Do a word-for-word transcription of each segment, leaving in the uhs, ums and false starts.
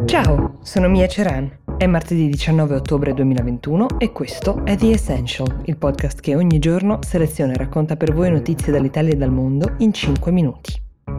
Ciao, sono Mia Ceran. È martedì diciannove ottobre duemilaventuno e questo è The Essential, il podcast che ogni giorno seleziona e racconta per voi notizie dall'Italia e dal mondo in cinque minuti.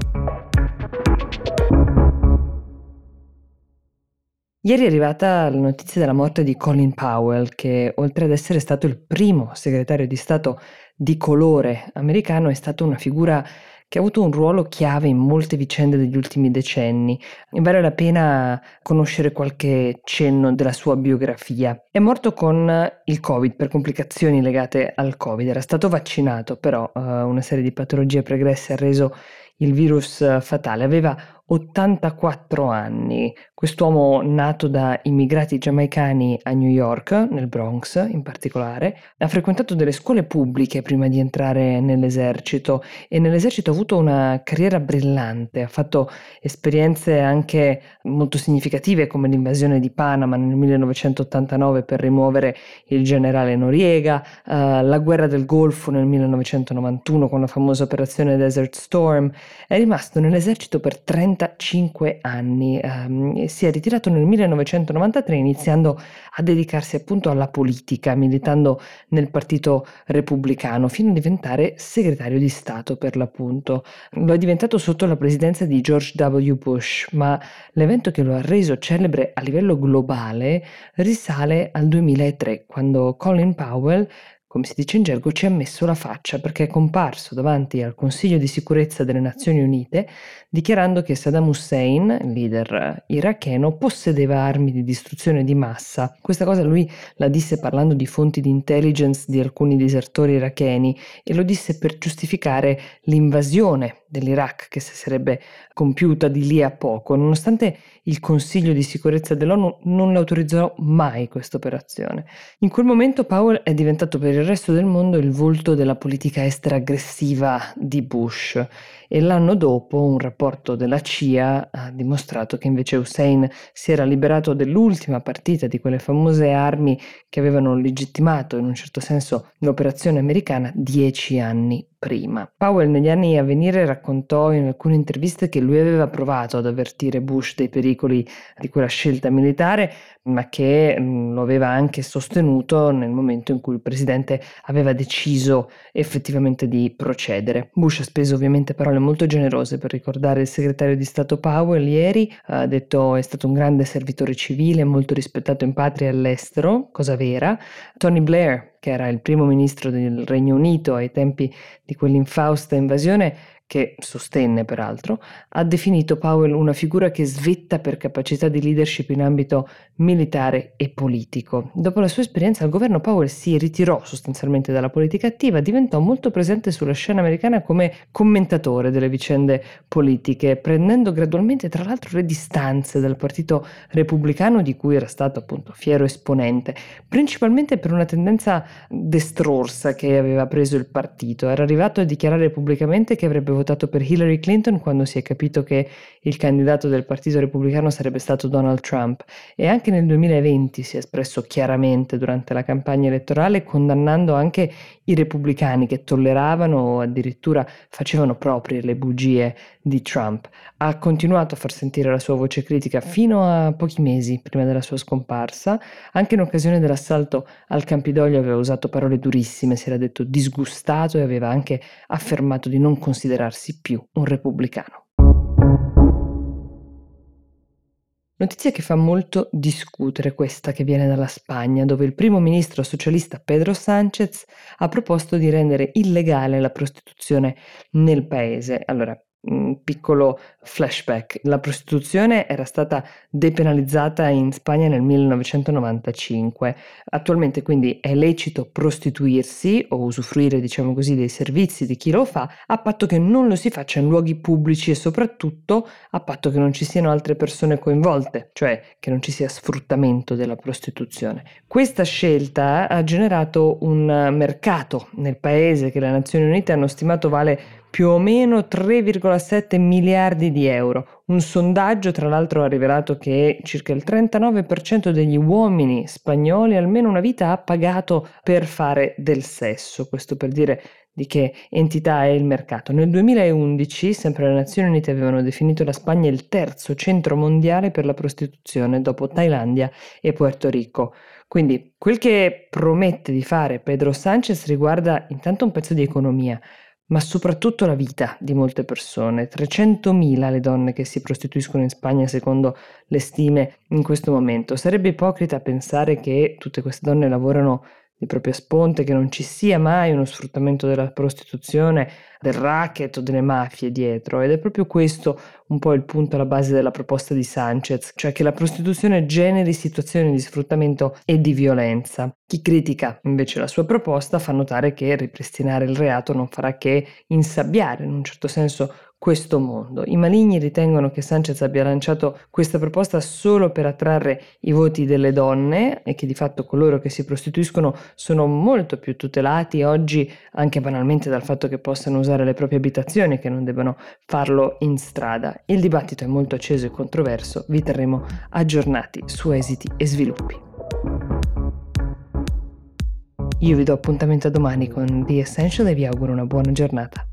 Ieri è arrivata la notizia della morte di Colin Powell, che oltre ad essere stato il primo segretario di Stato di colore americano, è stato una figura che ha avuto un ruolo chiave in molte vicende degli ultimi decenni. E vale la pena conoscere qualche cenno della sua biografia. È morto con il Covid per complicazioni legate al Covid. Era stato vaccinato, però uh, una serie di patologie pregresse ha reso il virus uh, fatale. Aveva ottantaquattro anni. Quest'uomo, nato da immigrati giamaicani a New York, nel Bronx in particolare, ha frequentato delle scuole pubbliche prima di entrare nell'esercito e nell'esercito ha avuto una carriera brillante. Ha fatto esperienze anche molto significative come l'invasione di Panama nel millenovecentottantanove per rimuovere il generale Noriega, uh, la guerra del Golfo nel millenovecentonovantuno con la famosa operazione Desert Storm. È rimasto nell'esercito per trentacinque anni um, e si è ritirato nel millenovecentonovantatré iniziando a dedicarsi appunto alla politica, militando nel partito repubblicano fino a diventare segretario di Stato per l'appunto. Lo è diventato sotto la presidenza di George W. Bush, ma l'evento che lo ha reso celebre a livello globale risale al duemilatré, quando Colin Powell, come si dice in gergo, ci ha messo la faccia perché è comparso davanti al Consiglio di sicurezza delle Nazioni Unite dichiarando che Saddam Hussein, leader iracheno, possedeva armi di distruzione di massa. Questa cosa lui la disse parlando di fonti di intelligence di alcuni disertori iracheni e lo disse per giustificare l'invasione dell'Iraq che si sarebbe compiuta di lì a poco, nonostante il Consiglio di sicurezza dell'ONU non l'autorizzò mai questa operazione. In quel momento Powell è diventato per il resto del mondo il volto della politica estera aggressiva di Bush e l'anno dopo un rapporto della C I A ha dimostrato che invece Hussein si era liberato dell'ultima partita di quelle famose armi che avevano legittimato in un certo senso l'operazione americana dieci anni prima. Powell negli anni a venire raccontò in alcune interviste che lui aveva provato ad avvertire Bush dei pericoli di quella scelta militare, ma che mh, lo aveva anche sostenuto nel momento in cui il presidente aveva deciso effettivamente di procedere. Bush ha speso ovviamente parole molto generose per ricordare il segretario di Stato Powell ieri, ha detto è stato un grande servitore civile, molto rispettato in patria e all'estero, cosa vera. Tony Blair, che era il primo ministro del Regno Unito ai tempi di quell'infausta invasione, che sostenne peraltro, ha definito Powell una figura che svetta per capacità di leadership in ambito militare e politico. Dopo la sua esperienza al governo, Powell si ritirò sostanzialmente dalla politica attiva, diventò molto presente sulla scena americana come commentatore delle vicende politiche, prendendo gradualmente tra l'altro le distanze dal partito repubblicano di cui era stato appunto fiero esponente, principalmente per una tendenza destrorsa che aveva preso il partito. Era arrivato a dichiarare pubblicamente che avrebbe votato per Hillary Clinton quando si è capito che il candidato del Partito Repubblicano sarebbe stato Donald Trump e anche nel duemilaventi si è espresso chiaramente durante la campagna elettorale condannando anche i repubblicani che tolleravano o addirittura facevano proprie le bugie di Trump. Ha continuato a far sentire la sua voce critica fino a pochi mesi prima della sua scomparsa. Anche in occasione dell'assalto al Campidoglio aveva usato parole durissime, si era detto disgustato e aveva anche affermato di non considerarsi più un repubblicano. Notizia che fa molto discutere questa che viene dalla Spagna, dove il primo ministro socialista Pedro Sánchez ha proposto di rendere illegale la prostituzione nel paese. Allora, un piccolo flashback. La prostituzione era stata depenalizzata in Spagna nel millenovecentonovantacinque. Attualmente quindi è lecito prostituirsi o usufruire, diciamo così, dei servizi di chi lo fa, a patto che non lo si faccia in luoghi pubblici e soprattutto a patto che non ci siano altre persone coinvolte, cioè che non ci sia sfruttamento della prostituzione. Questa scelta ha generato un mercato nel paese che le Nazioni Unite hanno stimato vale più o meno tre virgola sette miliardi di euro. Un sondaggio, tra l'altro, ha rivelato che circa il trentanove per cento degli uomini spagnoli almeno una vita ha pagato per fare del sesso. Questo per dire di che entità è il mercato. Nel duemilaundici, sempre le Nazioni Unite avevano definito la Spagna il terzo centro mondiale per la prostituzione dopo Thailandia e Puerto Rico. Quindi quel che promette di fare Pedro Sánchez riguarda intanto un pezzo di economia, ma soprattutto la vita di molte persone. trecentomila le donne che si prostituiscono in Spagna secondo le stime in questo momento. Sarebbe ipocrita pensare che tutte queste donne lavorano di propria sponte, che non ci sia mai uno sfruttamento della prostituzione, del racket o delle mafie dietro, ed è proprio questo un po' il punto alla base della proposta di Sánchez, cioè che la prostituzione generi situazioni di sfruttamento e di violenza. Chi critica invece la sua proposta fa notare che ripristinare il reato non farà che insabbiare in un certo senso questo mondo. I maligni ritengono che Sánchez abbia lanciato questa proposta solo per attrarre i voti delle donne e che di fatto coloro che si prostituiscono sono molto più tutelati oggi anche banalmente dal fatto che possano usare le proprie abitazioni e che non debbano farlo in strada. Il dibattito è molto acceso e controverso, vi terremo aggiornati su esiti e sviluppi. Io vi do appuntamento a domani con The Essential e vi auguro una buona giornata.